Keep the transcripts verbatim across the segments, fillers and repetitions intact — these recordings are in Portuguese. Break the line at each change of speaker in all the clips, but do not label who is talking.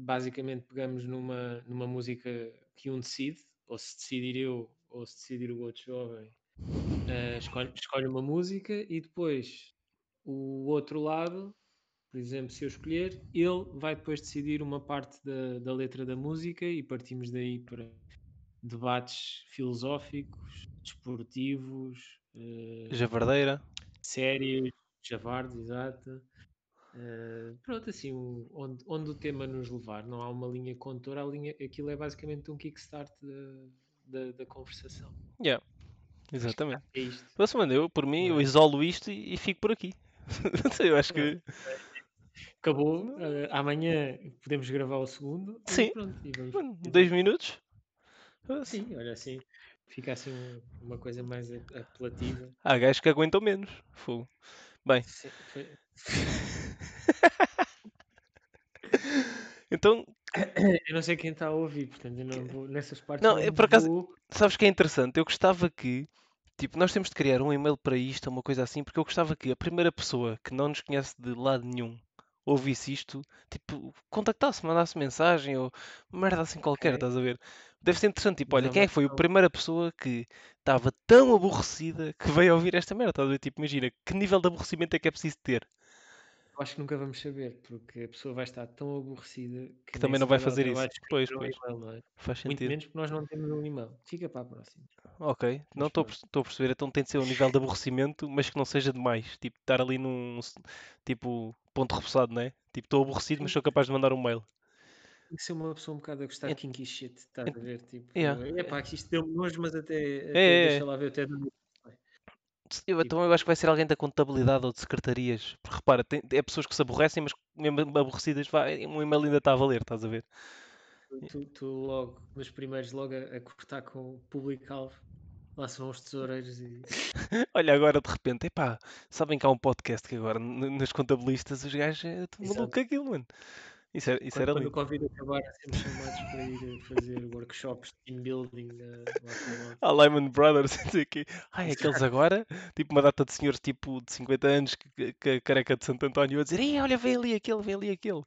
basicamente pegamos numa, numa música que um decide, ou se decidir eu, ou se decidir o outro jovem, eh, escolhe, escolhe uma música e depois o outro lado, por exemplo, se eu escolher, ele vai depois decidir uma parte da, da letra da música e partimos daí para debates filosóficos, desportivos, eh,
Javardeira.
sérios, javardos, exato. Eh, pronto, assim, o- onde, onde o tema nos levar, não há uma linha condutora, a linha, aquilo é basicamente um kickstart da, da, da conversação.
Yeah,
Acho que,
exatamente.
acho que é isto,
Mas, mano, eu, por mim,
não
eu
é?
isolo isto e, e fico por aqui. Eu acho
Pronto,
que.
acabou. Eh, amanhã podemos gravar o segundo e
Sim,
pronto, e vamos.
mano,
E
dois
vamos.
minutos.
Sim, olha assim, fica assim um- uma coisa mais a- apelativa.
Há gajos que aguentam menos. Fogo. Bem.
Sim, foi-
Então,
Eu não sei quem está a ouvir, portanto, eu não vou, nessas partes
não,
não
é
me
por acaso,
vou.
sabes que é interessante? Eu gostava que, tipo, nós temos de criar um e-mail para isto, uma coisa assim, porque eu gostava que a primeira pessoa que não nos conhece de lado nenhum ouvisse isto, tipo, contactasse, mandasse mensagem ou uma merda assim qualquer,
Ok,
estás a ver? Deve ser interessante, tipo,
mas
olha,
é
quem
uma
é que foi a
questão.
primeira pessoa que estava tão aborrecida que veio ouvir esta merda, estás a ver? Tipo, imagina, que nível de aborrecimento é que é preciso ter?
Eu acho que nunca vamos saber, porque a pessoa vai estar tão aborrecida que
Que
nem
também não vai
sequer dá o
fazer
trabalho
isso.
de
Pois,
escrever um
pois,
e-mail, não é?
faz
Muito
sentido.
menos porque nós não temos um e-mail. Fica para a próxima.
Ok, não
Mas
estou a
pronto.
perce- estou a perceber, então tem de ser um nível de aborrecimento, mas que não seja demais. Tipo, estar ali num, tipo, ponto repousado, não é? Tipo, estou aborrecido, mas
Sim,
sou capaz de mandar um mail.
tem que ser uma pessoa um bocado a gostar de
Ent-
kinky shit, estás a
ent-
ver? Tipo,
yeah.
é pá, que isto deu-me nojo, mas até,
É,
até
é,
deixa
é.
lá ver, até dá-me.
Eu-
Tipo,
Então eu acho que vai ser alguém da contabilidade ou de secretarias. Porque repara, tem, é pessoas que se aborrecem, mas mesmo aborrecidas, vai, um e-mail ainda está a valer, estás a ver?
tu, tu logo, nos primeiros, logo a, a cortar com o público-alvo, lá se vão os tesoureiros e.
Olha, agora de repente, epá, sabem que há um podcast que agora n- nas contabilistas os gajos é tudo maluco com
Exato.
aquilo, mano. Isso era, isso
Quando,
era
quando o
lindo.
Covid acabar, seremos chamados para ir eh, fazer workshops de team building eh, lá com malta.
A Lehman Brothers, não sei o quê. Ai, aqueles
Exato.
agora, tipo uma data de senhores tipo de cinquenta anos, que, que a careca de Santo António a dizer, ei, olha, vem ali aquele, vem ali aquele.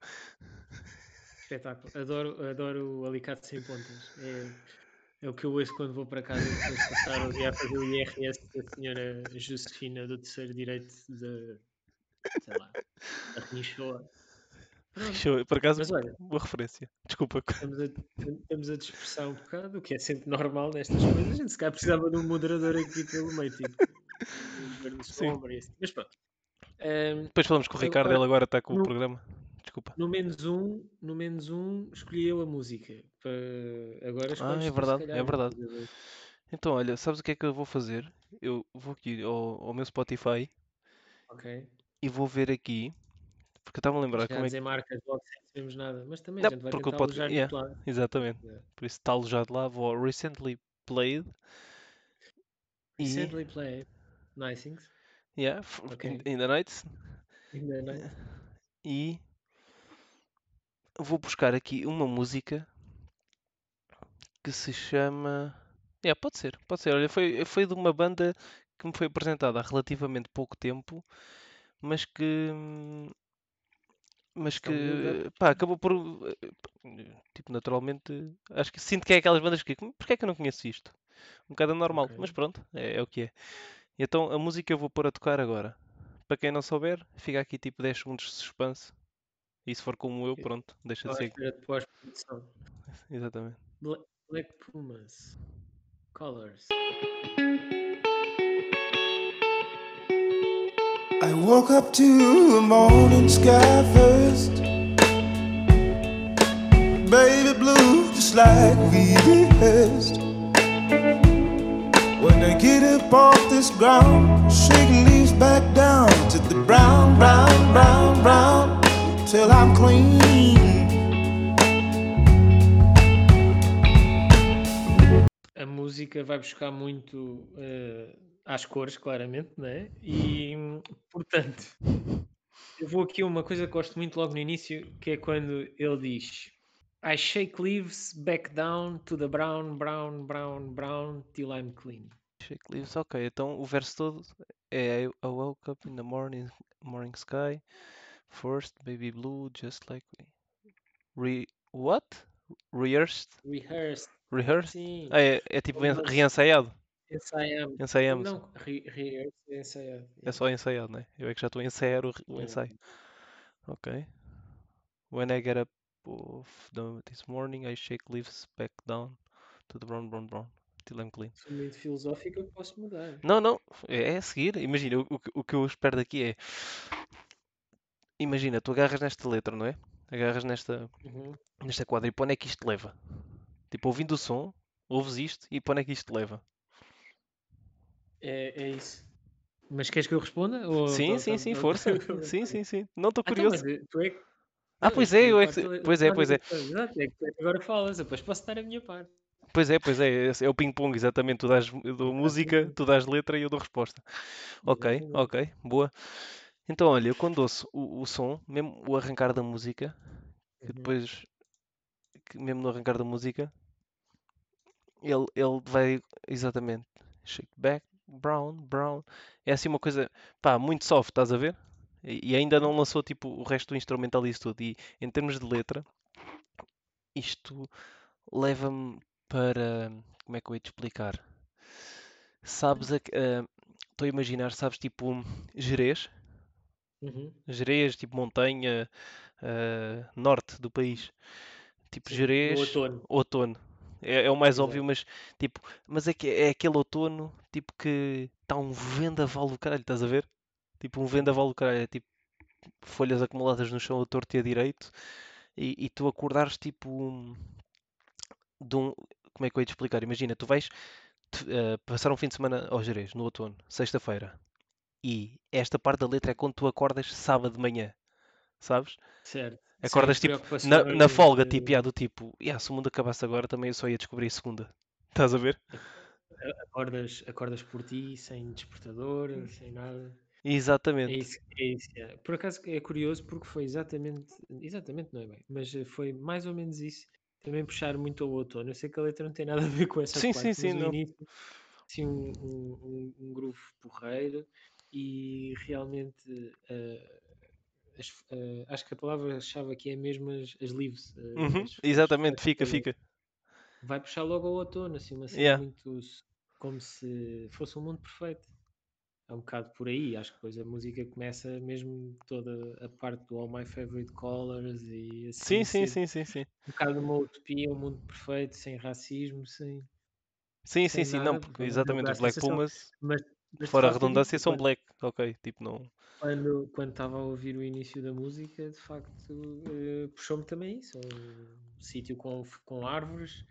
Espetáculo. Adoro, adoro o alicate sem pontas. É, é o que eu ouço quando vou para casa depois de passar o dia a fazer o I R S da senhora Josefina do terceiro direito de, sei lá, da Rinchoa. Pronto.
Show, por acaso,
Mas olha,
boa referência. Desculpa.
estamos a, estamos a dispersar um bocado, o que é sempre normal nestas coisas. A gente se calhar precisava de um moderador aqui pelo meio, tipo, um governo
Sim.
sombra e assim. Mas pronto. Ehm,
Depois falamos com o Ricardo,
agora,
ele agora está com o
no,
programa. Desculpa.
no menos um, no menos um, escolhi eu a música. Pa- Agora
Ah, é
escolhes tu, se
verdade, é
calhar.
verdade.
estás a ver?
Então, olha, sabes o que é que eu vou fazer? Eu vou aqui ao, ao meu Spotify
Ok.
e vou ver aqui, porque eu estava a lembrar
Já
como é que.
dizer marcas logo sem sabermos nada. Mas também a
Não,
gente vai
porque o
tentar
podcast.
alojar nesse
Yeah,
lado.
exatamente.
Yeah.
Por isso está alojado lá, vou ao Recently Played e.
Recently played. Nice things.
Yeah, f- in,
Ok.
in the night.
In the night.
E vou buscar aqui uma música que se chama. Yeah, pode ser, pode ser. Olha, foi, foi de uma banda que me foi apresentada há relativamente pouco tempo, mas que. Mas
Estão miúdos, já.
que. Pá, acabou por. Tipo, naturalmente. Acho que sinto que é aquelas bandas que. Porquê é que eu não conheço isto? Um bocado anormal,
Ok.
mas pronto, é, é o que é. E então a música eu vou pôr a tocar agora. Para quem não souber, fica aqui tipo dez segundos de suspense. E se for como eu, pronto, deixa de
Estou à
ser.
espera de pós-produção.
Exatamente.
Black, Black Pumas. Colors.
I woke up to the morning sky first, baby blue, just like we rehearsed. When I get up off this ground, shaking leaves back down to the brown, brown, brown, brown, till I'm clean.
A música vai buscar muito eh, às cores, claramente, não é? E, portanto, eu vou aqui a uma coisa que gosto muito logo no início, que é quando ele diz I shake leaves back down to the brown, brown, brown, brown till I'm clean.
Shake leaves, ok. Então o verso todo é I I woke up in the morning, morning sky, first baby blue, just like we. Re, What? Rehearsed?
Rehearsed.
Rehearsed?
Sim,
Ah, é, é tipo
quando
en-
nós
reensaiado?
ensaiamos.
Ensaiamos.
Não, re rehearsed é ensaiado.
É
Yeah.
só ensaiado, né? Eu é que já estou a ensaiar o, re- o
Yeah.
ensaio. Ok. When I get up of the, this morning, I shake leaves back down to the brown, brown, brown, till I'm clean.
Sou muito filosófico, eu posso mudar.
Não, não, é, é a seguir. Imagina, o, o, que- o que eu espero daqui é. Imagina, tu agarras nesta letra, não é? Agarras nesta,
Uhum.
nesta quadra e para onde é que isto te leva? Tipo, ouvindo o som, ouves isto e para onde é que isto te leva?
É, é isso. Mas queres que eu responda? Ou
Sim,
tá,
sim,
tá,
sim,
tá...
força. Sim, sim, sim. Não estou
Ah, então, mas
curioso.
eh, tu é que.
Ah,
Não, eu
pois é,
escolhi
eu
a
é que.
parte. da-
Pois é, pois é.
Exato, é que tu é que agora falas. Depois posso dar a minha parte.
Pois é, pois é. esse É o ping-pong, exatamente. Tu dás, eu dou música,
Exatamente.
tu dás letra e eu dou resposta. Ok,
Exatamente.
ok, boa. Então, olha, eu quando ouço o, o som, mesmo o arrancar da música, que
Uhum.
depois, que mesmo no arrancar da música, ele, ele vai exatamente shake back, brown, brown. É assim uma coisa, pá, muito soft, estás a ver? E, e ainda não
Uhum.
lançou tipo o resto do instrumental e isso tudo. E em termos de letra, isto leva-me para. Como é que eu ia te explicar? Sabes, a que- ah, estou a imaginar, sabes, tipo Gerês?
Uhum.
Gerês, tipo montanha, ah, norte do país. Tipo
Sim, no
Gerês,
outono.
outono. É, é o mais óbvio,
Exato.
mas tipo, mas é que é aquele outono tipo que está um vendaval do caralho, estás a ver? Tipo um
Uhum.
vendaval do caralho, é tipo folhas acumuladas no chão a torto e a direito e, e tu acordares tipo um- de um. Como é que eu ia te explicar? Imagina, tu vais te- eh, passar um fim de semana ao Gerês, no outono, sexta-feira, e esta parte da letra é quando tu acordas sábado de manhã, sabes?
Certo. Sem
Acordas tipo na, na
preocupações.
folga, tipo,
eh,
já, do tipo, "Ya, se o mundo acabasse agora também eu só ia descobrir segunda." Estás a ver?
a- Acordas, acordas por ti, sem despertador, sem nada. É
Exatamente.
isso, é isso. É. Por acaso é curioso porque foi exatamente, exatamente não é bem, mas eh, foi mais ou menos isso. Também puxar muito ao outono. Eu sei que a letra não tem nada a ver com essa
Sim, sim,
parte,
sim,
mas o
não.
início, assim, um, um, um, um groove porreiro e realmente eh, as- eh, acho que a palavra-chave aqui é mesmo as, as leaves, eh,
Uhum,
as, as
exatamente,
folhas
fica,
todas.
fica.
Vai puxar logo ao outono, assim, uma cena
Yeah.
muito s- como se fosse um mundo perfeito. É um bocado por aí, acho que depois a música começa mesmo toda a parte do All My Favorite Colors e
Sim,
assim
sim,
ser
sim, sim, sim.
um bocado uma utopia, um mundo perfeito, sem racismo, sem,
Sim, sim,
sem
sim, não,
nada,
porque
pelo menos é o que dá
exatamente
a
os Black
sensação.
Pumas,
Mas, mas de
fora a
facto é
redundância,
diferente.
são
Quando,
black, ok, tipo, não.
quando, quando estava a ouvir o início da música, de facto, eh, puxou-me também isso. Um sítio com, com árvores,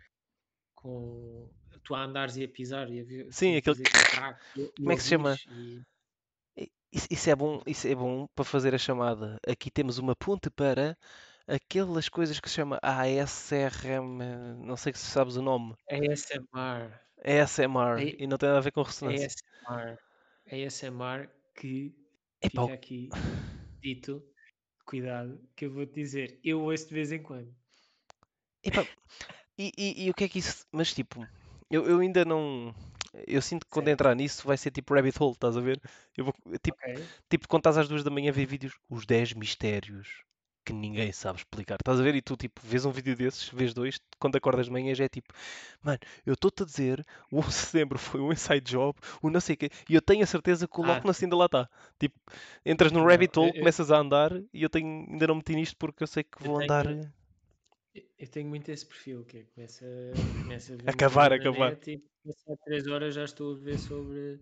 com tu a andares e a pisar e a ver-
Sim,
assim,
aquele.
fazer com crack e, e
Como é que se chama?
ouvires e
I- Isso, isso é bom, isso é bom para fazer a chamada. Aqui temos uma ponte para aquelas coisas que se chama A S R M, não sei se sabes o nome.
A S M R.
A S M R
A-
e não tem nada a ver com ressonância.
ASMR. A S M R que
Epá, o-
fica aqui dito, cuidado, que eu vou-te dizer, eu ouço de vez em quando.
epá, e, e, e o que é que isso. Mas tipo, eu, eu ainda não. Eu sinto que quando
Certo.
entrar nisso vai ser tipo rabbit hole, estás a ver? Eu vou, tipo,
Ok.
tipo, quando estás às duas da manhã a ver vídeos, os dez mistérios que ninguém sabe explicar. Estás a ver? E tu, tipo, vês um vídeo desses, vês dois, quando acordas de manhã já é tipo, mano, eu estou-te a dizer, o onze de setembro foi um inside job, o não sei o quê, e eu tenho a certeza que o
Ah,
Loch Ness ainda lá está. Tipo, entras no
não,
rabbit
eu,
hole,
eu-
começas a andar, e eu tenho, ainda não meti nisto porque eu sei que
eu
vou andar
tenho, eu tenho muito esse perfil, que é, começa, começa a ver
a
uma
cavar,
coisa
a
na
cavar.
net e passar três horas já estou a ver sobre.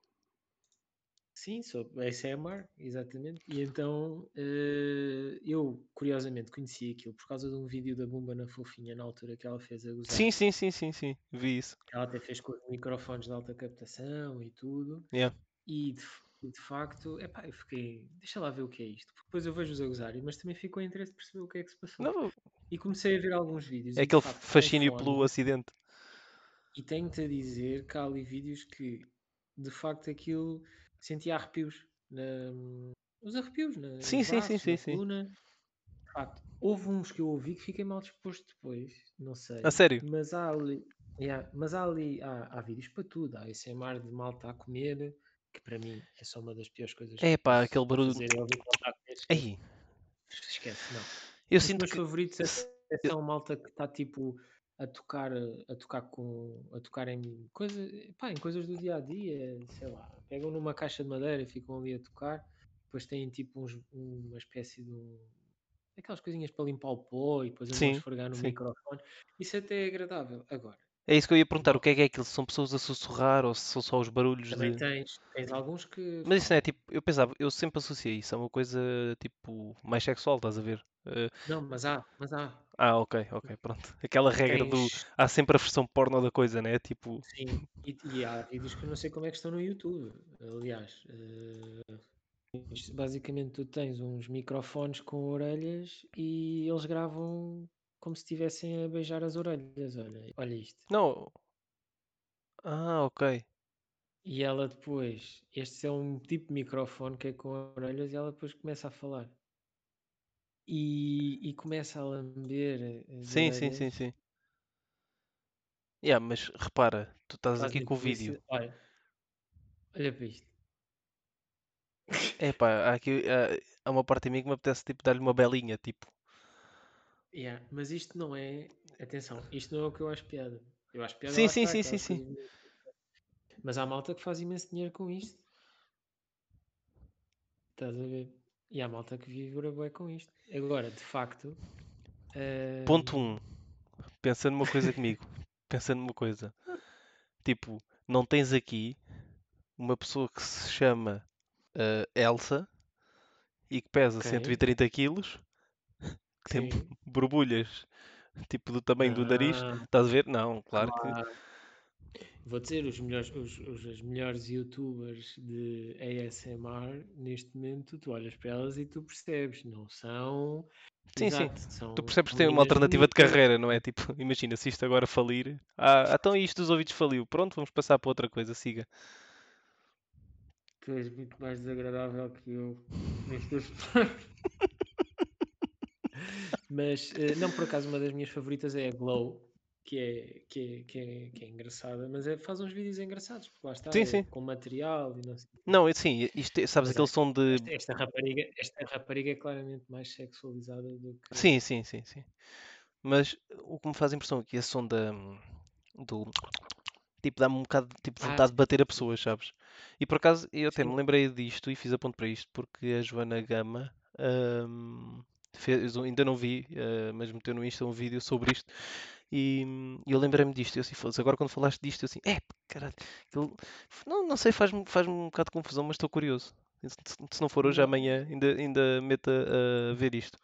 Sim, sobre a S M R, exatamente. E então eh, eu, curiosamente, conheci aquilo por causa de um vídeo da Bumba na Fofinha na altura que ela fez a
Sim,
gozar.
sim, sim, sim, sim, vi isso.
Ela até fez com os microfones de alta captação e tudo.
Yeah.
E de, f- e de facto, epá, eu fiquei, deixa lá ver o que é isto. Porque depois eu vejo-os a gozar, mas também ficou interesse de perceber o que é que se passou.
Não,
E comecei a ver alguns vídeos
é
e de
aquele
facto com
fascínio
fone.
pelo acidente.
E tenho-te a dizer que há ali vídeos que de facto aquilo sentia arrepios. Na, os arrepios na-
Sim,
nos
sim, sim,
braços,
sim,
na
sim.
coluna. De facto, houve uns que eu ouvi que fiquei mal disposto depois, não
A
sei.
sério.
Mas há ali, yeah, mas há ali há, há vídeos para tudo. Há A S M R de malta a comer, que para mim é só uma das piores coisas que
É
eu
pá,
posso
aquele barulho.
fazer. É ouvir malta a comer, esquece.
Aí,
Esquece, não.
eu
Os
sinto
meus
que.
favoritos
se-
até atenção, malta que está tipo a tocar, a tocar com, a tocar em coisas, pá, em coisas do dia a dia, sei lá, pegam numa caixa de madeira e ficam ali a tocar, depois têm tipo uns, uma espécie de um, aquelas coisinhas para limpar o pó e depois andam a
Sim,
esfregar no
sim.
microfone. Isso até é agradável. Agora,
É isso que eu ia perguntar. O
mal,
que é que é aquilo? Se são pessoas a sussurrar ou se são só os barulhos
também
de.
tens, tens alguns que
Mas isso não é
falam.
tipo. Eu pensava, eu sempre associei isso a uma coisa tipo mais sexual, estás a ver? Eh,
Não, mas há, mas há.
ah, ok, ok, pronto. Aquela regra do.
Tens,
Há sempre a versão porno da coisa, né? Tipo.
sim, e, e há vídeos que eu não sei como é que estão no YouTube. Aliás, eh, isto, basicamente tu tens uns microfones com orelhas e eles gravam como se estivessem a beijar as orelhas. Olha, olha isto.
Não. Ah, ok.
E ela depois, este é um tipo de microfone que é com orelhas e ela depois começa a falar. E, e começa a lamber as
Sim, sim, sim,
orelhas,
sim. Yeah, mas repara, tu estás aqui
fazem
com o vídeo.
publicidade. Olha, olha para isto.
É pá, há aqui há, há uma parte de mim que me apetece tipo dar-lhe uma belinha, tipo.
Yeah, mas isto não é. Atenção, isto não é o que eu acho piada. Eu acho piada,
Sim,
lá
sim,
está,
sim, sim,
aquelas
sim.
coisas. Mas há malta que faz imenso dinheiro com isto. Estás a ver? E há malta que vive bué com isto. Agora, de facto.
Ponto
hum,
um. Pensa numa coisa comigo. Pensa numa coisa. Tipo, não tens aqui uma pessoa que se chama eh, Elsa e que pesa
ok,
cento e trinta quilos, que tem
sim.
borbulhas tipo do tamanho do nariz.
Não,
Estás a ver? Não, claro que.
claro. Vou dizer, os melhores, os, os, as melhores youtubers de A S M R, neste momento, tu olhas para elas e tu percebes, não são.
Sim, sim.
Exato,
Tu
são,
percebes que
são
tem uma
meninas
alternativa de
bonitas.
carreira, não é? Tipo, imagina, se isto agora falir. Ah, então isto dos ouvidos faliu. Pronto, vamos passar para outra coisa, siga.
Tu és muito mais desagradável que eu neste aspecto. Mas, eh, não, por acaso, uma das minhas favoritas é a Glow, que é, que é, que é, que é engraçada, mas é, faz uns vídeos engraçados, porque lá está,
Sim,
é
sim.
com material e não sei o quê.
Não, é- sim, isto, é- sabes
Mas
aquele
é,
som de.
esta, esta rapariga, esta rapariga é claramente mais sexualizada do
Sim,
que.
sim, sim, sim. Mas o que me faz impressão aqui é esse som da, do. Tipo, dá-me um bocado tipo,
Ah,
vontade de
sim,
bater a
sim,
pessoas, sabes? E por acaso eu até me
sim.
lembrei disto e fiz a ponto para isto porque a Joana Gama hum, fez, um- ainda não vi, eh, mas meteu no Insta um vídeo sobre isto e hum, eu lembrei-me disto. Eu assim, "Foda-se, agora quando falaste disto, eu assim, é, caralho, aquilo- não, não sei, faz-me faz um bocado de confusão, mas estou curioso. Se, se não for hoje,
Não,
amanhã ainda, ainda meto a, a ver isto.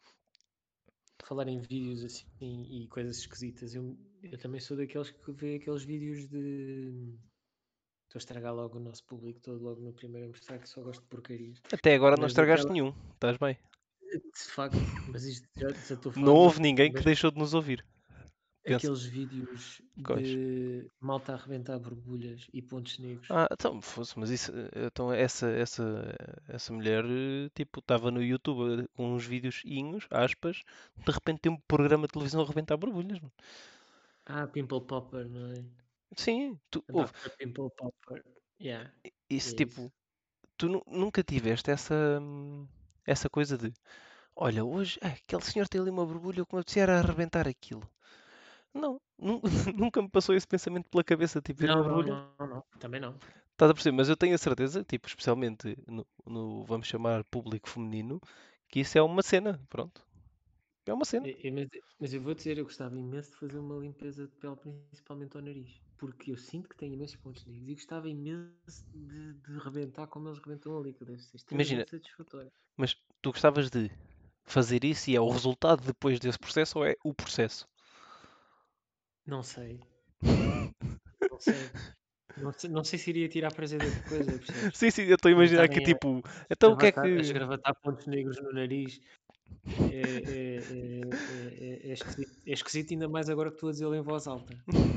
falar em vídeos assim e coisas esquisitas, eu, eu também sou daqueles que vê aqueles vídeos de. Estou a estragar logo o nosso público todo, logo no primeiro a mostrar que só gosto de porcarias.
Até agora não
Mas
estragaste
daquela.
nenhum, estás bem?
De facto, mas isto já, já estou a
Não
falar de
houve
uma.
ninguém que
Mas
deixou de nos ouvir. Pensa,
aqueles vídeos
quais?
de malta a arrebentar borbulhas e pontos negros.
Ah, então, fosse, mas isso, eh, então essa, essa, essa mulher, eh, tipo, estava no YouTube eh, com uns vídeozinhos, aspas, de repente tem um programa de televisão a arrebentar borbulhas, mano.
Ah, Pimple Popper, não é?
Sim, tu,
A
ouve,
doutor Pimple Popper. Yeah, é
isso,
isso.
tipo, tu nu- nunca tiveste essa, hum, essa coisa de, olha, hoje, ah, aquele senhor tem ali uma borbulha, como eu disse, era arrebentar aquilo. Não, nu- nunca me passou esse pensamento pela cabeça, tipo, ver uma
Não, não,
borbulha.
não, não, não. Também não.
Estás a perceber? Mas eu tenho a certeza, tipo, especialmente no, no, vamos chamar, público feminino, que isso é uma cena, pronto. É uma cena.
É- é- mas, mas eu vou dizer, eu gostava imenso de fazer uma limpeza de pele, principalmente ao nariz. Porque eu sinto que tenho imensos pontos negros e gostava imenso de, de rebentar como eles rebentam ali, que deve ser
Imagina,
extremamente satisfatório.
mas tu gostavas de fazer isso e é o resultado depois desse processo ou é o processo?
Não sei, não sei. Não sei, não sei se iria tirar prazer da coisa, percebes?
Sim, sim, eu estou a
De
imaginar que
estarem a
tipo, então o que é
esgravatar, a
que.
esgravatar pontos negros no nariz é, é, é, é, é, é esquisito. É esquisito ainda mais agora que estou a dizê-lo em voz alta.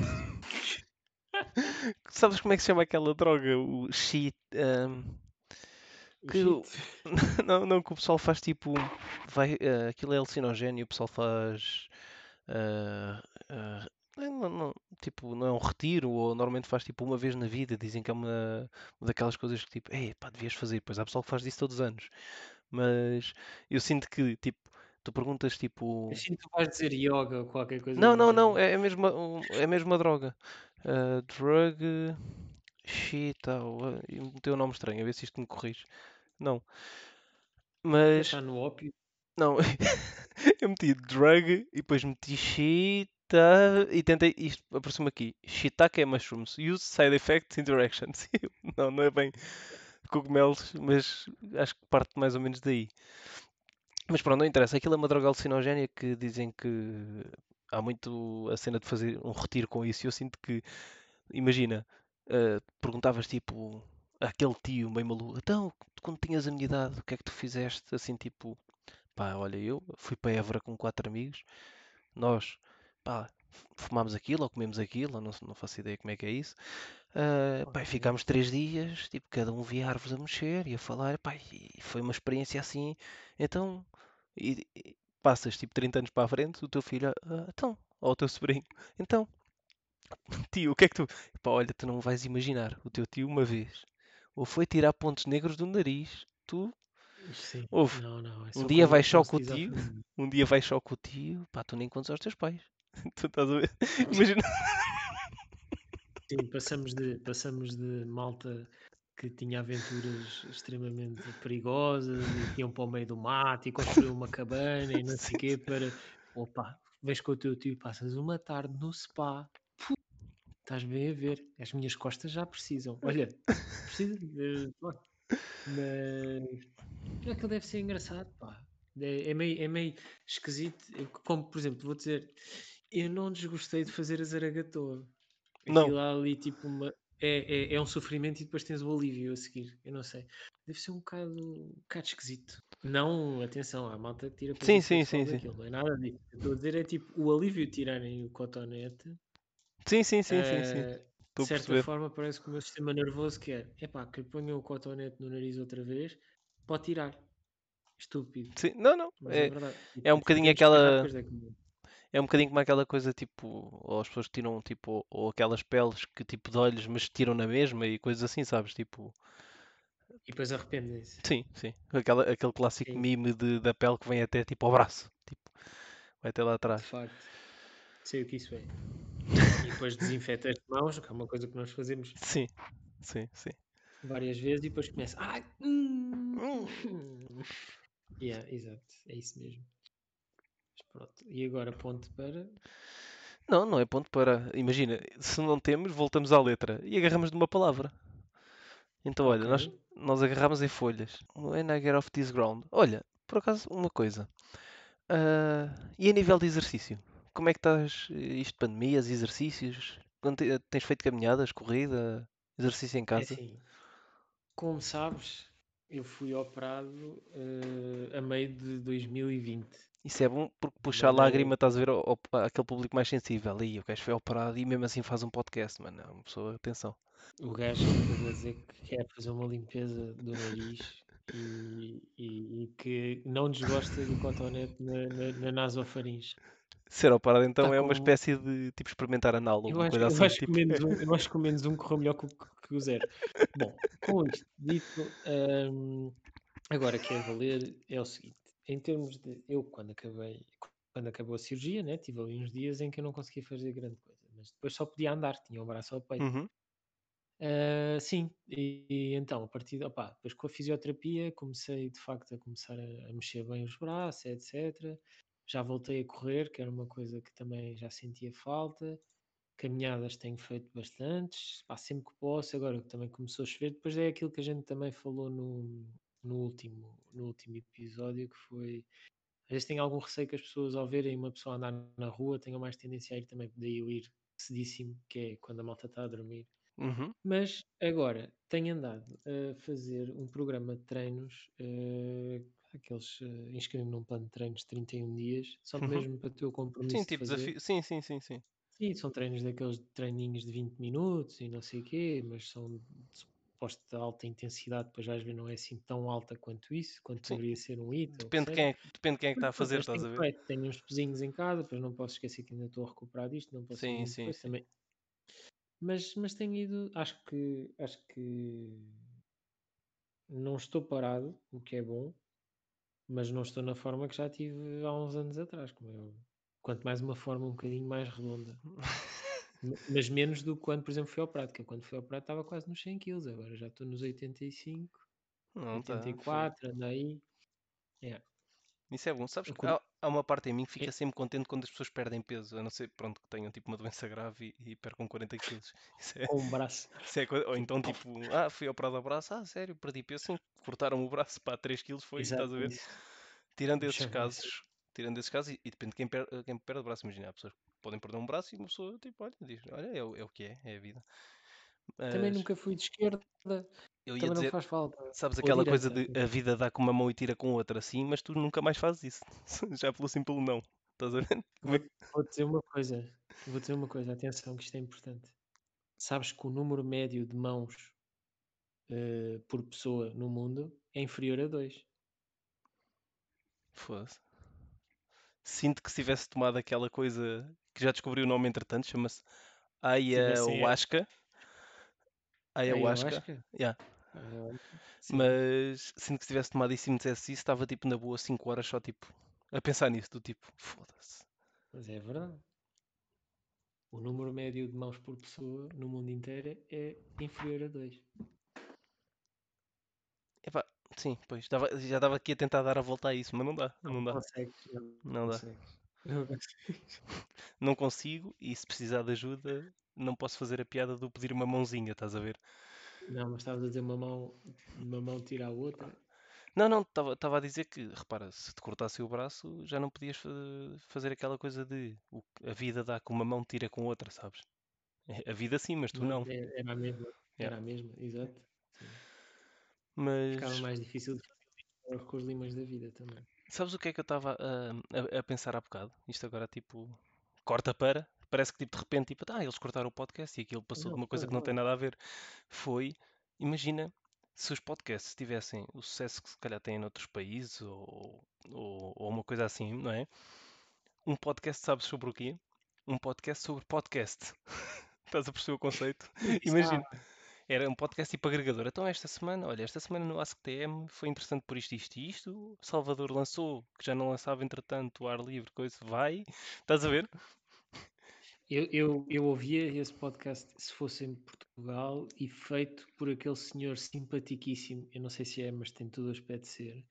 Sabes como é que se chama aquela droga? O shit. ahm,
O
que o-
shit.
não, não, que o pessoal faz tipo. Vai, ah, aquilo é alucinogénio, o pessoal faz. ah, ah, não, não, tipo, não é um retiro, ou normalmente faz tipo uma vez na vida. Dizem que é uma, uma daquelas coisas que tipo, ei, pá, devias fazer. Pois há pessoal que faz disso todos os anos. Mas eu sinto que, tipo, Tu perguntas tipo.
Eu sinto que tu vais dizer yoga ou qualquer coisa
Não,
do
não, não,
género.
é, é mesmo, um- é mesmo a droga. Ah, drug. Shit, ah, o- e meteu um nome estranho, a ver se isto me corrige. Não, mas.
Pensar no ópio.
Não, eu meti drug e depois meti shita e tentei. Isto apareceu-me aqui. Shiitake mushrooms. Use side effects interactions. Não, não é bem cogumelos, mas acho que parte mais ou menos daí. Mas pronto, não interessa. Aquilo é uma droga alucinogénia que dizem que há muito a cena de fazer um retiro com isso. E eu sinto que, imagina, eh, perguntavas tipo àquele tio meio maluco, então, quando tinhas a minha idade, o que é que tu fizeste? Assim, tipo, pá, olha, eu fui para Évora com quatro amigos, nós, pá, fumámos aquilo ou comemos aquilo, eu não, não faço ideia como é que é isso. Ah, pá, e
Ok.
ficámos três dias, tipo, cada um via árvores a mexer e a falar, pá, e foi uma experiência assim. Então, e, e passas tipo trinta anos para a frente, o teu filho, "Ah, então, ou o teu sobrinho, então, tio, o que é que tu. Pá, olha, tu não vais imaginar, o teu tio uma vez, ou foi tirar pontos negros do nariz, tu,
Sim.
ouve,
Não, não. É
um
só
dia
coisa
vais
que não
só
se
com o
diz à
tio,
família.
um dia vais só com o tio, pá, tu nem contas aos teus pais. Tu estás a ver? Imagina.
Sim, passamos de, passamos de malta que tinha aventuras extremamente perigosas e que iam para o meio do mato e construíam uma cabana e não sei
Sim,
o quê para. Opa, vês com o teu tio e passas uma tarde no spa. Estás bem a ver. As minhas costas já precisam. Olha, precisa de. pá, Mas. Aquilo deve ser engraçado, pá. É, é meio, é meio esquisito. Eu, como, por exemplo, vou dizer, eu não desgostei de fazer a zaragatoa.
não,
Aquilo há ali tipo uma. É, é, é um sofrimento e depois tens o alívio a seguir. Eu não sei. Deve ser um bocado, um bocado esquisito. Não, atenção, há malta que tira
sim,
prazer
sim,
sexual
sim, sim.
daquilo, não é nada disso. Eu estou a dizer é tipo o alívio de tirarem o cotonete.
Sim, sim, sim, sim, sim.
ah, de
Estou a
certa
perceber.
forma, parece que o meu sistema nervoso quer. Epá, que lhe ponham o cotonete no nariz outra vez, pode tirar. Estúpido.
Sim, não, não.
Mas é
É,
verdade. E
é um
depois
bocadinho
temos que agarrar
aquela.
depois daquilo.
É um bocadinho como aquela coisa tipo. Ou as pessoas que tiram tipo. Ou aquelas peles que tipo de olhos, mas tiram na mesma e coisas assim, sabes? Tipo.
E depois arrependem-se.
Sim, sim. Aquela, aquele clássico
Sim,
mime de, da pele que vem até tipo ao braço. Tipo, vai até lá
de
atrás.
facto. Sei o que isso é. E depois desinfeta as mãos, que é uma coisa que nós fazemos
Sim, sim, sim.
várias vezes, e depois começa. Ai, hum,
Hum.
hum." Yeah, exato, é isso mesmo. Mas pronto. E agora ponto para.
Não, não é ponto para. Imagina, se não temos, voltamos à letra e agarramos de uma palavra. Então, olha,
Ok.
nós, nós agarramos em folhas. When I get off this ground. Olha, por acaso, uma coisa. Ah, e a nível de exercício? Como é que estás? eh, Isto de pandemias, exercícios? Quando te- Tens feito caminhadas, corrida, exercício em
É
casa?
assim, como sabes, eu fui operado eh, a meio de dois mil e vinte.
Isso é bom porque
De
puxa a
maneira
lágrima, estás a ver ao- ao- aquele público mais sensível. Aí, o gajo foi operado e mesmo assim faz um podcast, mano. É uma pessoa, atenção.
o gajo que acabou de dizer que quer fazer uma limpeza do nariz e, e- e que não desgosta do cotonete na, na, na nasofaringe.
Ser operado
Está
então é uma
com.
espécie de tipo experimentar anal ou
Eu
uma
acho,
coisa
eu
assim.
acho que o
Tipo,
menos um, eu acho que o menos um correu melhor que o, que o zero. Bom, com isto dito, hum, agora que é valer é o seguinte, em termos de eu quando acabei, quando acabou a cirurgia, né, tive ali uns dias em que eu não conseguia fazer grande coisa, mas depois só podia andar, tinha o braço ao peito.
uhum,
Ah, sim, e, e então a partir de, opá, depois com a fisioterapia comecei de facto a começar a, a mexer bem os braços, etcétera. Já voltei a correr, que era uma coisa que também já sentia falta. Caminhadas tenho feito bastantes, pá, sempre que posso, agora que também começou a chover, depois é aquilo que a gente também falou no, no último, no último episódio, que foi, às vezes tenho algum receio que as pessoas ao verem uma pessoa andar na rua tenham mais tendência a ir também, daí eu ir cedíssimo, que é quando a malta está a dormir.
uhum,
Mas agora tenho andado a fazer um programa de treinos, eh, aqueles uh, inscrevi-me num plano de treinos de trinta e um dias, só
uhum.
mesmo para ter o
Sim,
compromisso de
tipo
fazer.
desafio. Sim, sim, sim, sim.
Sim, são treinos daqueles treininhos de vinte minutos e não sei o quê, mas são de suposta alta intensidade, depois às vezes não é assim tão alta quanto isso, quanto
Sim.
deveria ser um hit ou o que
Depende de
seja.
quem é, depende de quem é que
Mas
está a
pronto,
fazer,
mas
estás
tenho
a ver?
feito, tenho uns pezinhos em casa, depois não posso esquecer que ainda estou a recuperar disto, não posso ir
Sim,
muito
sim,
coisa
sim.
também. Mas, mas tenho ido, acho que, acho que não estou parado, o que é bom. mas não estou na forma que já tive há uns anos atrás, como eu. Quanto mais uma forma um bocadinho mais redonda. Ma- Mas menos do que quando, por exemplo, fui ao prato, que eu quando fui ao prato estava quase nos cem quilos, agora já estou nos oitenta e cinco,
Não, tá, fogo.
oitenta e quatro, anda aí. É,
Isso é bom. Sabes
eu
que
cur-
há, há uma parte em mim que
é,
fica sempre contente quando as pessoas perdem peso, a não ser, pronto, que tenham tipo uma doença grave e, e percam quarenta quilos. Isso é,
com um braço.
isso é coisa- ou
Tipo,
então tipo, ah, fui operado ao braço, ah, sério, perdi peso, sim, cortaram o braço para três quilos, foi,
exato,
estás a
é
ver?
isso.
Tirando
Um
esses
chão, é assim.
casos, tirando esses casos, e, e depende de quem, per, quem perde o braço, imagina, há pessoas que podem perder um braço e uma pessoa, tipo, olha, diz, olha, é, o- é o que é, é a vida.
Também
Mas
nunca fui de esquerda,
eu ia
também não
dizer,
faz falta.
sabes
Ou
aquela coisa
direita.
de a vida dá com uma mão e tira com outra, sim, mas tu nunca mais fazes isso. Já pelo sim, pelo não. Estás a ver? Como é
Vou,
que-
vou dizer uma coisa, vou dizer uma coisa, atenção que isto é importante. Sabes que o número médio de mãos eh, por pessoa no mundo é inferior a dois.
Foda-se. Sinto que se tivesse tomado aquela coisa que já descobri o nome entretanto, chama-se
Se tivessem a
ayahuasca. Ayahuasca.
ayahuasca,
Yeah.
ayahuasca, sim,
Mas sinto que se tivesse tomado isso e me dissesse isso, estava tipo na boa cinco horas só tipo a pensar nisso, do tipo, foda-se.
mas é verdade. O número médio de mãos por pessoa no mundo inteiro é inferior a dois.
Epá, sim, pois, dava- já estava aqui a tentar dar a volta a isso, mas não dá,
Não
não dá,
consegues, não
não dá.
consegues. Não consegues.
Não consigo e se precisar de ajuda, não posso fazer a piada do pedir uma mãozinha, estás a ver?
Não, mas estavas a dizer uma mão, uma mão tira a outra.
Não, não, estava a dizer que, repara, se te cortasse o braço, já não podias fa- fazer aquela coisa de o que a vida dá com uma mão, tira com outra, sabes? É, a vida sim, mas tu
Não,
não.
é- era a mesma,
Yeah.
era a mesma, exato. Sim. Ficava
Mas
mais difícil de fazer com os limas da vida também.
sabes o que é que eu estava a, a- a pensar há bocado? Isto agora, tipo, corta para. Parece que, tipo, de repente, tipo, ah, eles cortaram o podcast e aquilo passou de
Não,
uma coisa
fala,
que não tem
fala.
nada a ver. Foi, imagina, se os podcasts tivessem o sucesso que se calhar têm noutros países ou, ou, ou uma coisa assim, não é? Um podcast, sabes sobre o quê? Um podcast sobre podcast. Estás a perceber o conceito?
Mas isso há,
Imagina, era um podcast tipo agregador. Então, esta semana, olha, esta semana no Ask T M foi interessante por isto, isto e isto. Salvador lançou, que já não lançava entretanto, o ar livre, coisa, vai. Estás a ver?
eu, eu, eu ouvia esse podcast se fosse em Portugal e feito por aquele senhor simpaticíssimo, eu não sei se é, mas tem todo o aspecto de ser,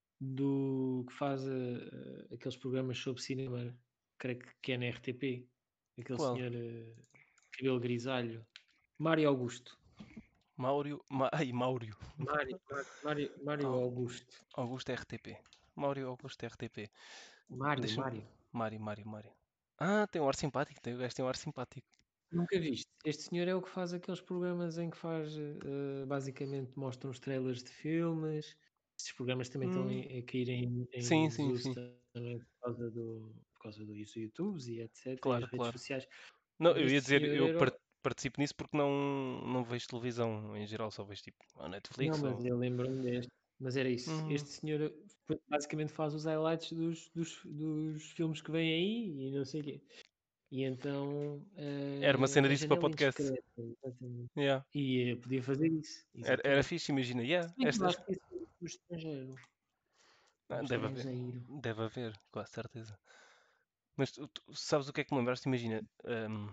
do que faz eh, aqueles programas sobre cinema, creio que, que é na R T P, aquele
Qual?
senhor eh, cabelo grisalho, Mário Augusto.
Máurio. Ma... Ai, Máurio.
Mário, Mário, Mário, Mário
Au-
Augusto.
Augusto R T P. Máurio Augusto R T P.
Mário,
Deixa-me.
Mário.
Mário, Mário, Mário. Ah, tem um ar simpático. Tem, o gajo tem um ar simpático.
Nunca viste? Este senhor é o que faz aqueles programas em que faz, eh, basicamente, mostram os trailers de filmes. Estes programas também estão
Hum,
em- a cair em,
sim,
em
sim,
desuso
sim.
também por causa do, por causa do YouTube e etcétera. E as
Claro,
redes
claro.
sociais.
Não,
Mas
eu ia
este
dizer,
senhor
eu
era.
par- participo nisso porque não, não vejo televisão em geral, só vejo tipo a
Não,
Netflix
mas
ou.
eu lembro-me deste. Mas era isso.
Hum,
Este senhor eh, basicamente faz os highlights dos, dos, dos filmes que vêm aí e não sei o quê. E então
era uma
eh,
cena
a
disso para
janela
podcast.
indiscreta, exatamente.
Yeah.
E eh, podia fazer isso,
Era, era
exatamente.
fixe, imagina. Yeah,
Se bem que eu
esta,
acho
esta-
que isso é no estrangeiro. No
Ah, deve haver,
estrangeiro.
deve haver, com a certeza. Mas tu, tu sabes o que é que me lembraste? Imagina, hum,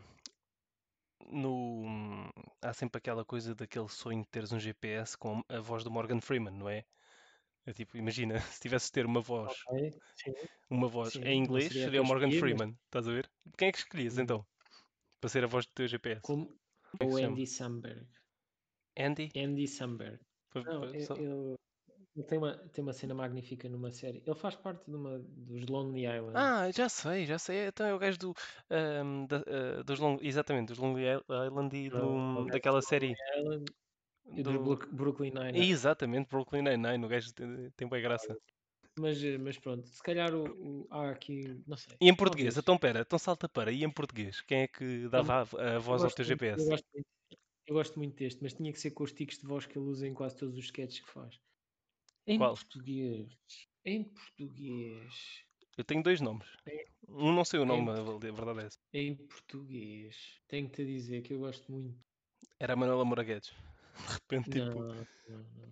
no, há sempre aquela coisa daquele sonho de teres um G P S com a voz do Morgan Freeman, não é? É tipo, imagina, se tivesse de ter uma voz,
Ok, sim,
uma voz em
sim. Não
inglês,
seria a que
seria
eu
o Morgan
escolhia, mas
Freeman, estás a ver? Quem é que escolhias
hum,
então, para ser a voz do teu G P S?
como
Como é que
o
se chama?
Andy Samberg.
Andy?
Andy Samberg.
Pa-
Não,
pa-
eu,
só-
eu- ele tem uma, tem uma cena magnífica numa série. Ele faz parte de uma dos Lonely Island.
Ah, já sei, já sei. Então é o gajo do, ahm, da- ah, dos Long, exatamente, dos Lonely Island e
Ele é o
do,
gajo
daquela
dos Lonely
série
Island e do
do,
Brook- Brooklyn Nine-Nine.
exatamente, Brooklyn Nine-Nine. O gajo tem, tem boa graça.
Mas, eh, mas pronto, se calhar o, o- há aqui, não sei,
E em português?
talvez.
Então pera, então salta para. E em português? Quem é que
Não,
dava a, a
eu
voz ao
gosto
teu
muito, eu
G P S?
gosto muito, eu gosto muito deste, mas tinha que ser com os tiques de voz que ele usa em quase todos os sketches que faz. Em
Qual?
português, em português,
Eu tenho dois nomes.
em,
Um não sei o
em,
nome, a
portu-
verdade é essa.
em português, tenho-te a dizer que eu gosto muito.
Era a Manuela Moura Guedes. De repente, tipo,
Não, não, não.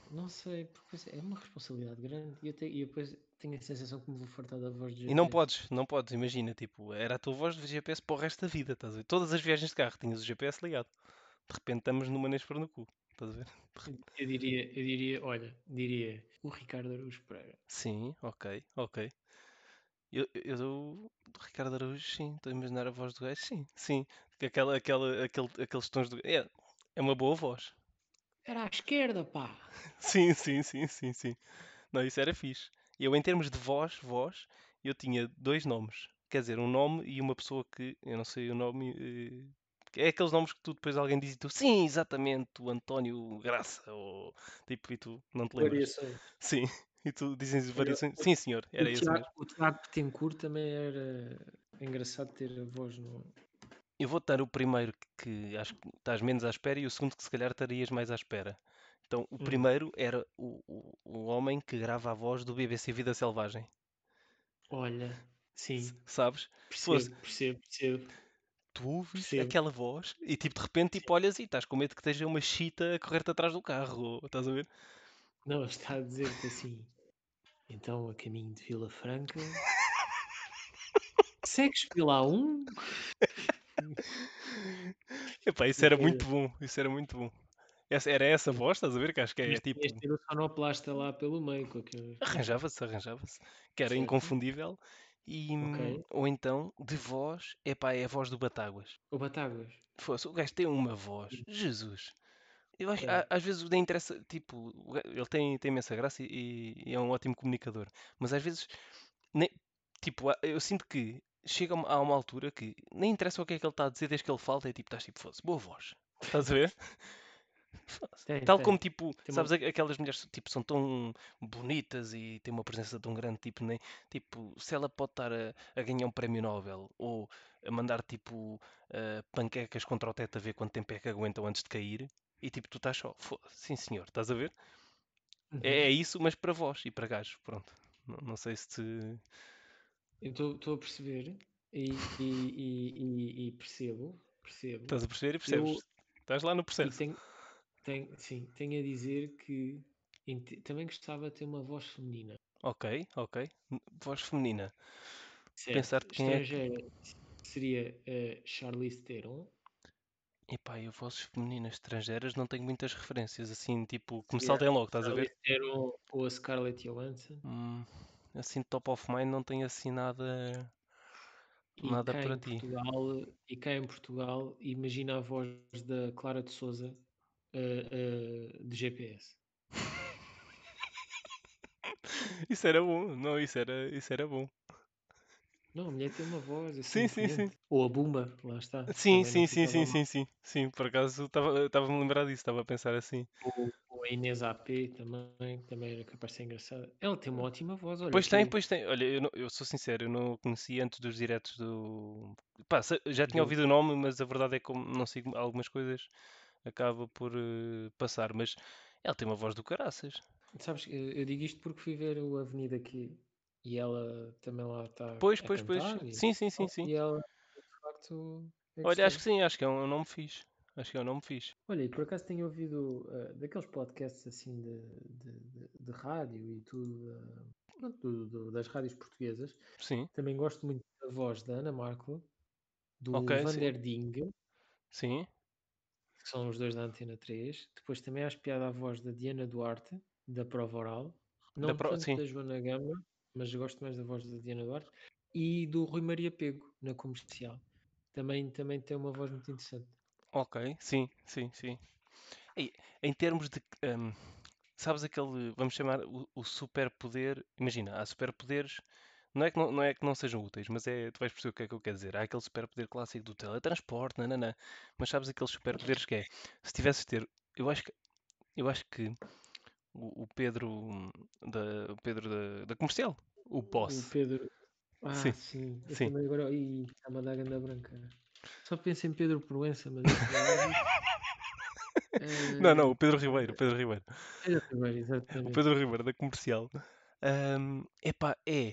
Não sei, porque pois é é uma responsabilidade grande e eu, te- e eu depois tenho a sensação que me vou fartar da voz do
E não
G P S.
podes, não podes, imagina, tipo, era a tua voz de G P S para o resto da vida, estás a ver? Todas as viagens de carro tinhas o G P S ligado. De repente estamos numa Nespor no cu, estás a ver?
Eu diria, eu diria, olha, diria o Ricardo Araújo Pereira.
Sim, ok, ok. Eu, eu, eu- Ricardo Araújo, sim, estou a imaginar a voz do gajo, sim, sim. Aquela, aquela, aquele, aqueles tons do. É, é uma boa voz.
Era à esquerda, pá!
Sim, sim, sim, sim, sim. Não, isso era fixe. Eu, em termos de voz, voz, eu tinha dois nomes. Quer dizer, um nome e uma pessoa que, eu não sei o nome, eh, é aqueles nomes que tu depois alguém diz e tu, sim, exatamente, o António Graça, ou tipo, e tu não te lembras.
Variações.
Sim, e tu dizes
Olha,
variações.
o,
Sim, senhor,
o
era esse
Tiago,
mesmo.
o Tiago Betancourt também era engraçado ter a voz no.
Eu vou dar o primeiro que, que acho que estás menos à espera e o segundo que se calhar estarias mais à espera. Então, o
Hum,
primeiro era o, o, o homem que grava a voz do B B C Vida Selvagem.
olha,
S-
sim,
Sabes? Fosse,
percebo, percebo, percebo,
tu ouves
percebo.
aquela voz e tipo de repente
Sim.
tipo, olhas e estás com medo que esteja uma chita a correr-te atrás do carro. Ou- estás a ver?
Não, ele está a dizer-te assim. Então, a caminho de Vila Franca, segues pela A um?
Epá, isso
E
era
depois,
muito bom. Isso era muito bom. Essa, era essa
sim,
voz, estás a ver? Que acho que é
mas tinhas
tipo.
de ter o sonoplasta lá pelo meio, com aqueles.
Arranjava-se, arranjava-se. Que era
Certo?
inconfundível. E,
Ok.
hum, ou então, de voz, epá, é a voz do Batáguas.
O Batáguas.
Fosse, o gajo tem uma voz. Jesus. Eu acho,
Tem.
a- às vezes nem interessa, tipo, o ga- ele tem, tem imensa graça e, e é um ótimo comunicador. Mas às vezes, nem, tipo, a- eu sinto que chega a uma a uma altura que nem interessa o que é que ele está a dizer desde que ele fala, é tipo, estás tipo, foda-se, boa voz. Estás a ver? Foda-se.
Tem,
Tal como,
tem.
tipo,
Tem
sabes,
uma...
a- aquelas mulheres, tipo, são tão bonitas e têm uma presença tão grande, tipo, nem, tipo, se ela pode estar a, a ganhar um prémio Nobel ou a mandar, tipo, eh, panquecas contra o teto a ver quanto tempo é que aguentam antes de cair, e, tipo, tu estás só, foda-se, sim senhor, estás a ver? É,
Uhum.
é isso, mas para vós e para gajos, pronto. Não, não sei se te...
Eu estou a perceber e, e, e, e- e percebo, percebo.
Estás a perceber e percebes.
Eu
Estás lá no
e
processo.
tenho, tenho, sim, tenho a dizer que ente- também gostava de ter uma voz feminina.
Ok, ok. Voz feminina. Pensar
Certo.
de quem é que...
Estrangeira seria a Charlize Theron.
Epá, eu vozes femininas estrangeiras não tenho muitas referências, assim, tipo, que me
Seria
saltem logo, estás a ver?
Charlize Theron ou a Scarlett Johansson.
Hum, assim, top of mind não tenho assim nada,
E
nada
cá
para
em
ti.
Portugal, e cá em Portugal, imagina a voz da Clara de Souza eh, eh, de G P S.
Isso era bom, não, isso era, isso era bom.
Não, a mulher tem uma voz assim
Sim, sim, sim.
imponente. Ou a Bumba, lá está.
Sim,
Também não
sim, sim, sim,
ficava
sim,
mal.
sim. Sim, por acaso estava- estava-me a lembrar disso, estava a pensar assim.
Ou, ou a Inês A P também, também era capaz de ser engraçada. Ela tem uma ótima voz, olha,
Pois tem,
tu.
pois tem. Olha, eu, não- eu sou sincero, eu não o conhecia antes dos diretos do. Pá, se- já tinha
Do,
ouvido o nome, mas a verdade é que como não sigo algumas coisas, acaba por eh, passar. Mas ela tem uma voz do caraças.
sabes, eu, eu digo isto porque fui ver o Avenida aqui e ela também lá está
Pois,
a
pois, pois.
cantar e,
Sim, sim, sim, sim.
e ela, de facto, eu
Olha, acho
gostei.
que sim, acho que é um, um nome fixe. Acho que é um nome fixe.
Olha, e por acaso tenho ouvido uh, daqueles podcasts assim de, de, de- de rádio e tudo, uh, pronto, do- do- das rádios portuguesas.
Sim,
Também gosto muito da voz da Ana Marco,
ok,
do Van
sim.
der Ding,
Sim.
que são os dois da Antena três. Depois também acho piada a voz da Diana Duarte, da Prova Oral.
Da
Não
pro...
tanto
Sim,
da Joana Gama, mas gosto mais da voz da Diana Duarte. E do Rui Maria Pego, na comercial. Também, também tem uma voz muito interessante.
ok, sim, sim, sim. E, em termos de. hum, sabes aquele. Vamos chamar o, o superpoder. Imagina, há superpoderes. Não é, que não, não é que não sejam úteis, mas é, tu vais perceber o que é que eu quero dizer. Há aquele superpoder clássico do teletransporte, nananã. Mas sabes aqueles superpoderes que é, se tivesses de ter, eu acho que, eu acho que o, o Pedro hum, da, o Pedro da, da comercial, o
O
boss,
Pedro. Ah,
sim,
sim. Eu
sim.
também agora. Ih, está-me a dar ganda branca. Só penso em Pedro Proença, mas esse é árbitro.
Não, não,
Eh,
o Pedro Ribeiro, o Pedro Ribeiro.
Pedro Ribeiro,
O
exatamente.
Pedro Ribeiro da comercial. Hum, epá, é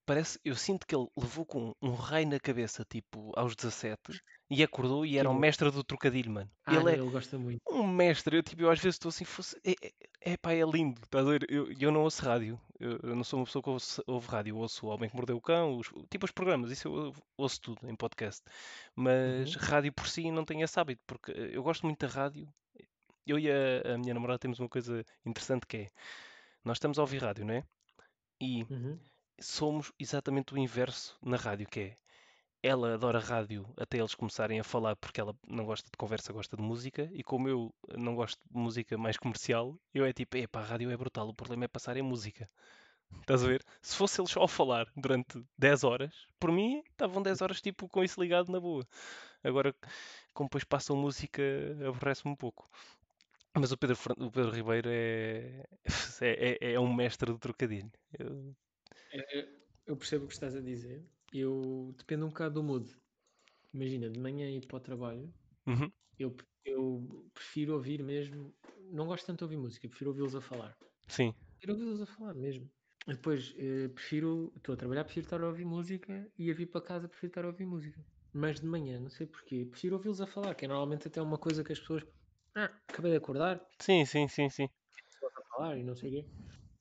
parece, eu sinto que ele levou com um raio na cabeça, tipo, aos dezassete, e acordou e era
Quem
o
é?
mestre do trocadilho, mano.
Ah, não,
Ele é
ele gosta muito.
um mestre. Eu, tipo, eu às vezes estou assim, fosse... é, é, é pá, é lindo, estás a ver? Eu, eu não ouço rádio, eu, eu não sou uma pessoa que ouve, ouve rádio, eu ouço O Homem que Mordeu o Cão, os, tipo os programas, isso eu ouço tudo em podcast. Mas
Uhum.
rádio por si não tenho esse hábito, porque eu gosto muito da rádio. Eu e a, a minha namorada temos uma coisa interessante que é, nós estamos a ouvir rádio, não é? E
Uhum.
somos exatamente o inverso na rádio, que é, ela adora rádio até eles começarem a falar porque ela não gosta de conversa, gosta de música, e como eu não gosto de música mais comercial, eu é tipo, epá, a rádio é brutal, o problema é passar em música. Estás a ver? Se fosse eles só a falar durante dez horas, por mim estavam dez horas tipo com isso ligado na boa. Agora, como depois passam música, aborrece-me um pouco. Mas o Pedro, Fran- o Pedro Ribeiro é, é, é, é um mestre do trocadilho. Eu-
É, eu percebo o que estás a dizer. Eu dependo um bocado do mood. Imagina, de manhã ir para o trabalho,
Uhum,
eu, eu prefiro ouvir mesmo. Não gosto tanto de ouvir música, prefiro ouvi-los a falar.
sim.
Prefiro ouvi-los a falar mesmo. E depois, eh, prefiro. Estou a trabalhar, prefiro estar a ouvir música e a vir para casa, prefiro estar a ouvir música. Mas de manhã, não sei porquê, prefiro ouvi-los a falar, que é normalmente até uma coisa que as pessoas. Ah, acabei de acordar,
Sim, sim, sim, sim.
pessoas a falar e não sei o quê.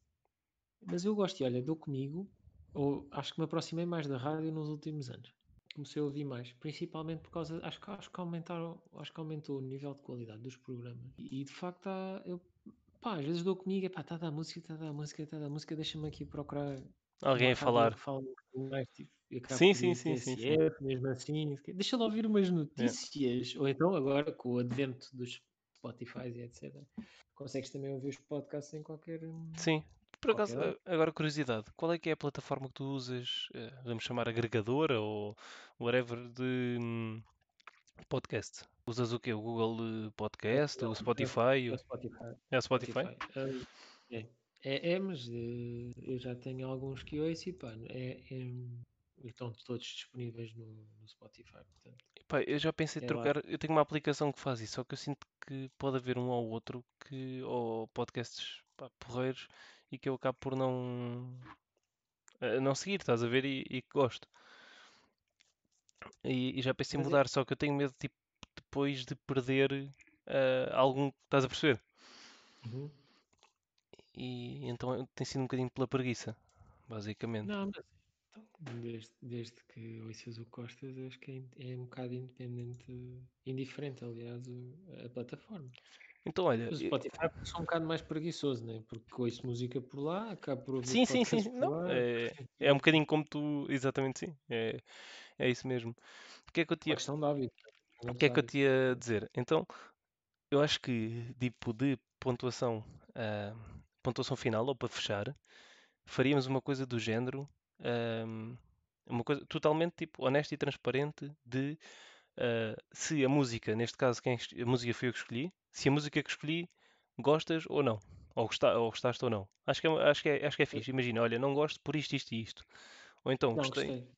Mas eu gosto, e olha, dou comigo, ou acho que me aproximei mais da rádio nos últimos anos. Comecei a ouvir mais, principalmente por causa, acho que, acho que aumentaram, acho que aumentou o nível de qualidade dos programas. E, e, de facto, há, eu, pá, às vezes dou comigo, é pá, está a dar música, está a dar música, está a dar música, deixa-me aqui procurar uma
Alguém a
rádio
falar.
que fala um bocadinho mais, tipo, e acabo
Sim,
por
sim,
ir
sim, sim, sim.
T S F, mesmo assim, deixa lá ouvir umas
É.
notícias, ou então agora com o advento dos Spotify e etcétera, consegues também ouvir os podcasts em qualquer, hum,
Sim. Por
qualquer
acaso,
hora.
a- agora curiosidade, qual é que é a plataforma que tu usas, eh, vamos chamar agregadora ou whatever, de hum, podcast? Usas o quê? O Google eh, Podcast, o
Não, é o
Spotify?
é o
o-
Spotify.
É o Spotify?
Spotify. Hum, é. É, é, mas eh, eu já tenho alguns que ouço e pá, é, é, estão todos disponíveis no, no Spotify, portanto,
Epá, eu já pensei em
é lá.
trocar, eu tenho uma aplicação que faz isso, só que eu sinto que pode haver um ou outro que, ou podcasts pá, porreiros, e que eu acabo por não, eh, não seguir, estás a ver, e, e que gosto. E, e já pensei em
Mas é.
mudar, só que eu tenho medo, tipo, depois de perder eh, algum, estás a perceber?
Uhum.
E então tem sido um bocadinho pela preguiça, basicamente.
Não, mas então, desde, desde que ouças o Costas, acho que é, in- é um bocado independente, indiferente, aliás, o- a plataforma.
Então, olha,
Mas o
e-
Spotify porque sou um bocado mais preguiçoso, né? Porque ouço música por lá, acabo por ouvir
sim, sim, sim,
podcasts
sim,
por
não,
lá.
é, é um bocadinho como tu, exatamente sim, é, é isso mesmo. O que é que eu
Uma
tinha,
questão de hábito,
o
questão
que
dos
é que eu te
hábitos.
ia dizer? Então, eu acho que, tipo, de pontuação, ah, pontuação final, ou para fechar, faríamos uma coisa do género, ahm, uma coisa totalmente, tipo, honesta e transparente de Uh, se a música, neste caso, quem, a música foi eu que escolhi, se a música que escolhi gostas ou não, ou, gosta, ou gostaste ou não. Acho que, é, acho, que é, acho que é fixe. Imagina, olha, não gosto por isto, isto e isto. Ou então,
Não,
gostei.
gostei.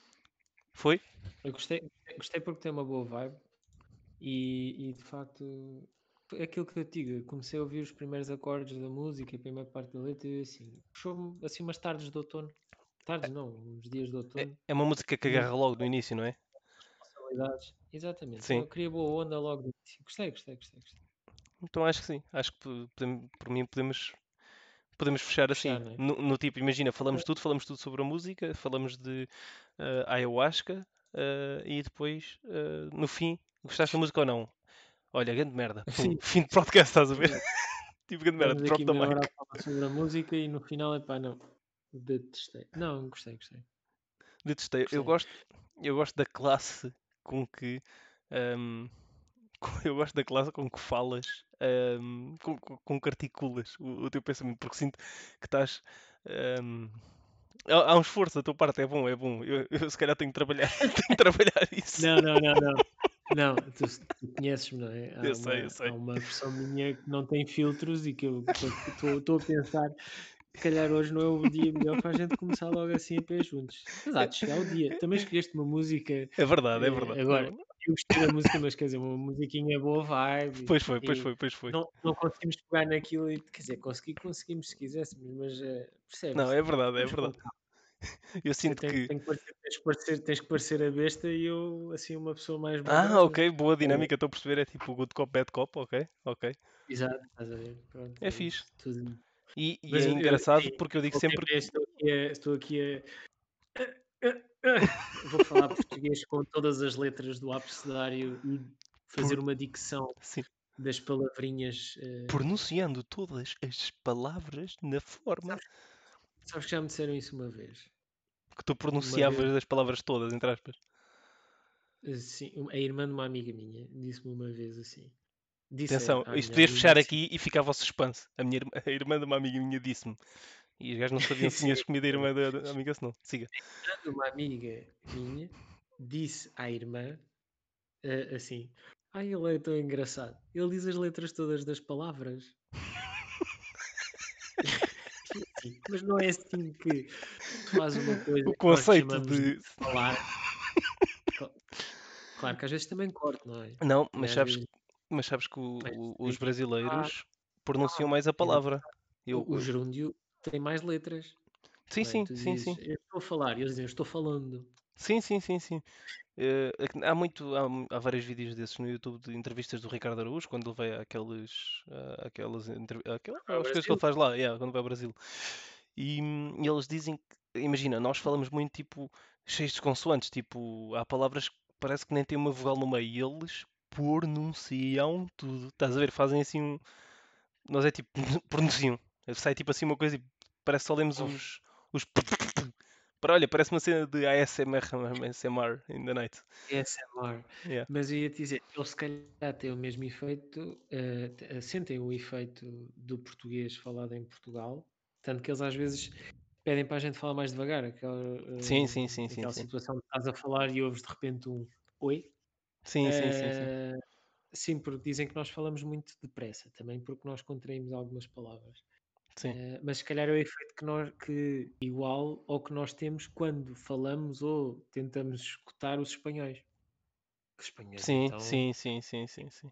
Foi?
Eu gostei, gostei porque tem uma boa vibe e, e de facto é aquilo que eu te digo. Comecei a ouvir os primeiros acordes da música, a primeira parte da letra e assim, puxou-me assim umas tardes de outono. Tardes não, uns dias de
É,
outono.
é uma música que
Tinha
agarra logo no início, não é?
responsabilidades. Exatamente.
Sim.
Então, queria boa onda logo do início. Gostei, gostei, gostei, gostei.
Então acho que sim. Acho que po- podemos, por mim podemos, podemos fechar assim.
Fechar, não é?
No, no tipo, imagina, falamos tudo, falamos tudo sobre a música, falamos de uh, ayahuasca, uh, e depois, uh, no fim, gostaste da música ou não? Olha, grande merda. Pum,
Sim,
fim de podcast, estás a ver?
exato.
Tipo, grande merda,
Tivemos
drop
aqui
the
meia
mic.
hora a falar sobre a música e no final, é pá, não. Detestei. Não, gostei, gostei.
Detestei. Eu
Gostei.
gosto, eu gosto da classe com que. ahm, eu gosto da classe com que falas, ahm, com, com, com que articulas o, o teu pensamento, porque sinto que estás. ahm, há, há um esforço da tua parte, é bom, é bom. Eu, eu se calhar tenho que trabalhar, tenho que trabalhar isso.
Não, não, não, não. Não, tu, tu conheces-me, não é?
Eu
Há
sei, eu
uma, há
sei.
uma versão minha que não tem filtros e que eu estou a pensar, se calhar hoje não é o dia melhor para a gente começar logo assim a pé juntos. Mas há
É,
de chegar o dia. Também escolheste uma música,
é verdade, é
eh,
verdade. É
agora,
verdade.
eu gostei da música, mas quer dizer, uma musiquinha boa vibe
Pois foi, pois
e
foi, pois foi.
não, não conseguimos pegar naquilo e, quer dizer, conseguir, conseguimos se quiséssemos, mas eh,
Não,
percebes?
é verdade, é
Vamos com
verdade.
calma.
Eu
Você
sinto
tem,
que.
tem que parecer, tens, que parecer, tens que parecer a besta e eu, assim, uma pessoa mais
Ah,
bondosa.
ok, boa
É,
dinâmica, estou a perceber. É tipo good cop, bad cop, ok, ok.
exato, estás a ver? Pronto,
É
é
fixe.
isso. Tudo.
E, e
Mas
é
eu, eu,
engraçado
sim,
porque eu digo
voltei
sempre.
a estou aqui a, estou aqui a, vou falar português com todas as letras do abecedário e fazer
Por,
uma dicção
sim,
das palavrinhas. eh,
pronunciando todas as palavras na forma
sabes, sabes que já me disseram isso uma vez?
que tu
Uma vez,
pronunciavas as palavras todas, entre aspas.
eh, sim, a irmã de uma amiga minha disse-me uma vez assim. Disse
Atenção,
à
isto
minha
podias
amiga
fechar
assim.
aqui e ficava ao suspense. A, minha, irmã- a irmã de uma amiga minha disse-me. E os gajos não sabiam se
Sim,
tinhas comido a irmã da, da amiga, se não. Siga.
de uma amiga minha disse à irmã eh, assim: Ai, ele é tão engraçado. Ele diz as letras todas das palavras. E assim, mas não é assim que tu fazes uma coisa
O
que nós
conceito
chamamos de
de.
falar. Cla- Claro que às vezes também corto, não é?
Não, mas
Também às
sabes,
vezes.
mas sabes que o-
Às vezes
o-
também
os
digo, ah,
brasileiros pronunciam
ah,
mais a
é do-
palavra. Eu,
o, o
eu-
gerúndio tem mais letras,
sim,
não é?
sim,
Tu
sim,
dizes,
sim.
eu estou a falar, e eles dizem, eu estou falando.
Sim, sim, sim, sim. Eh, é que há muito, há, mu- há vários vídeos desses no YouTube de entrevistas do Ricardo Araújo quando ele vai àqueles, ah, àquelas, entrev- àquelas,
Para o
às coisas que ele
Brasil,
faz lá, yeah, quando vai ao Brasil. E, hum, e eles dizem que, imagina, nós falamos muito tipo cheios de consoantes, tipo, há palavras que parece que nem tem uma vogal no meio e eles pronunciam tudo. Estás a ver? Fazem assim um. Nós é tipo, pronunciam. Sai tipo assim uma coisa e parece que só lemos
off,
os. os para olha, parece uma cena de A S M R, A S M R in the night.
A S M R.
Yeah.
Mas eu ia te dizer, eles se calhar têm o mesmo efeito, eh, te- eh, sentem o efeito do português falado em Portugal, tanto que eles às vezes pedem para a gente falar mais devagar, aquela,
Sim, sim, sim,
eh,
sim,
aquela
sim.
situação de estás a falar e ouves de repente um oi.
Sim, sim, sim, sim.
Eh, sim, porque dizem que nós falamos muito depressa, também porque nós contraímos algumas palavras.
Sim,
Eh, mas se calhar é o efeito que nós que igual ao que nós temos quando falamos ou tentamos escutar os espanhóis. Que os espanhóis
sim,
então.
sim, sim, sim, sim, sim.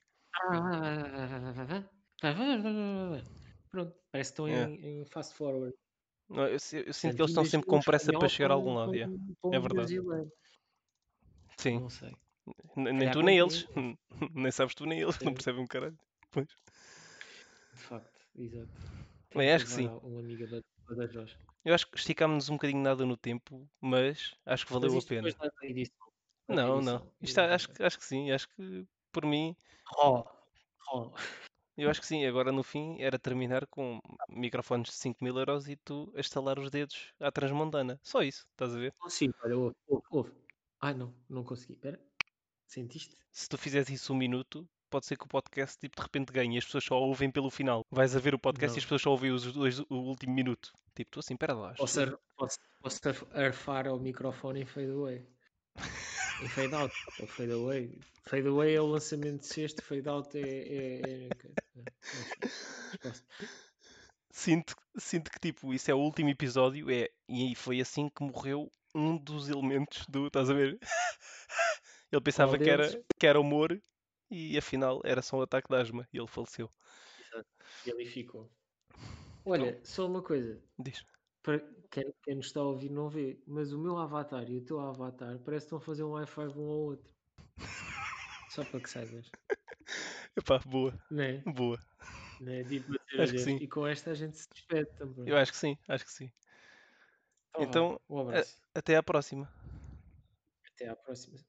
Pronto, parece que estão
Yeah.
em, em fast forward.
Não, Eu, si- eu sinto que
Portanto,
eles estão sempre
imagina o
com pressa para
espanhol
chegar a algum
com,
lado.
com,
Yeah.
com
É
um
verdade.
brasileiro.
Sim.
Não sei.
N-
Se
Nem
calhar
tu nem eles.
compreendo.
Nem sabes tu nem eles. Não
É,
percebem um caralho. Pois.
de facto, exato. Tenho
Bem,
que
acho que
levar
sim.
a um amigo a Badajoz.
Eu acho que esticámos-nos um bocadinho nada no tempo, mas acho que
Mas
valeu a
isto depois
pena.
dá a edição. Dá a
Não, não.
edição.
Isto
E
a- acho,
vai.
que- acho que sim. Acho que por mim,
Oh, oh.
eu acho que sim. Agora no fim era terminar com microfones de cinco mil euros e tu a estalar os dedos à transmontana. Só isso, estás a ver?
Consigo, olha, ouve, ouve, ouve. Ah, não, não consegui. Espera, sentiste?
Se tu fizeres isso um minuto, pode ser que o podcast tipo, de repente ganhe e as pessoas só ouvem pelo final. Vais a ver o podcast e as
Não.
pessoas só ouvem os dois, o último minuto. Tipo, tu assim, pera lá, as
Posso,
pessoas.
ar- posso, posso arf- arfar ao microfone em fade away. Em fade out. Ou fade away. Fade away é o lançamento de sexto, fade out é. é, é- é- não sei. Mas posso.
Sinto, sinto que tipo, isso é o último episódio é, e foi assim que morreu um dos elementos do. Estás a ver? Ele
Qual
pensava que
deles?
era, que era humor e afinal era só um ataque de asma e ele faleceu.
Exato. E ali ficou.
Então,
Olha, só uma coisa.
diz.
Para quem, quem nos está a ouvir não vê, mas o meu avatar e o teu avatar parece que estão a fazer um high five um ao outro. Só para que saibas.
Epá, boa,
Não é?
boa.
Não é? De bater
Acho que
adeus.
sim.
E com esta a gente se despede
Eu
também.
acho que sim, acho que sim.
Então vá,
Então,
um
a-
abraço.
até à próxima.
Até à próxima.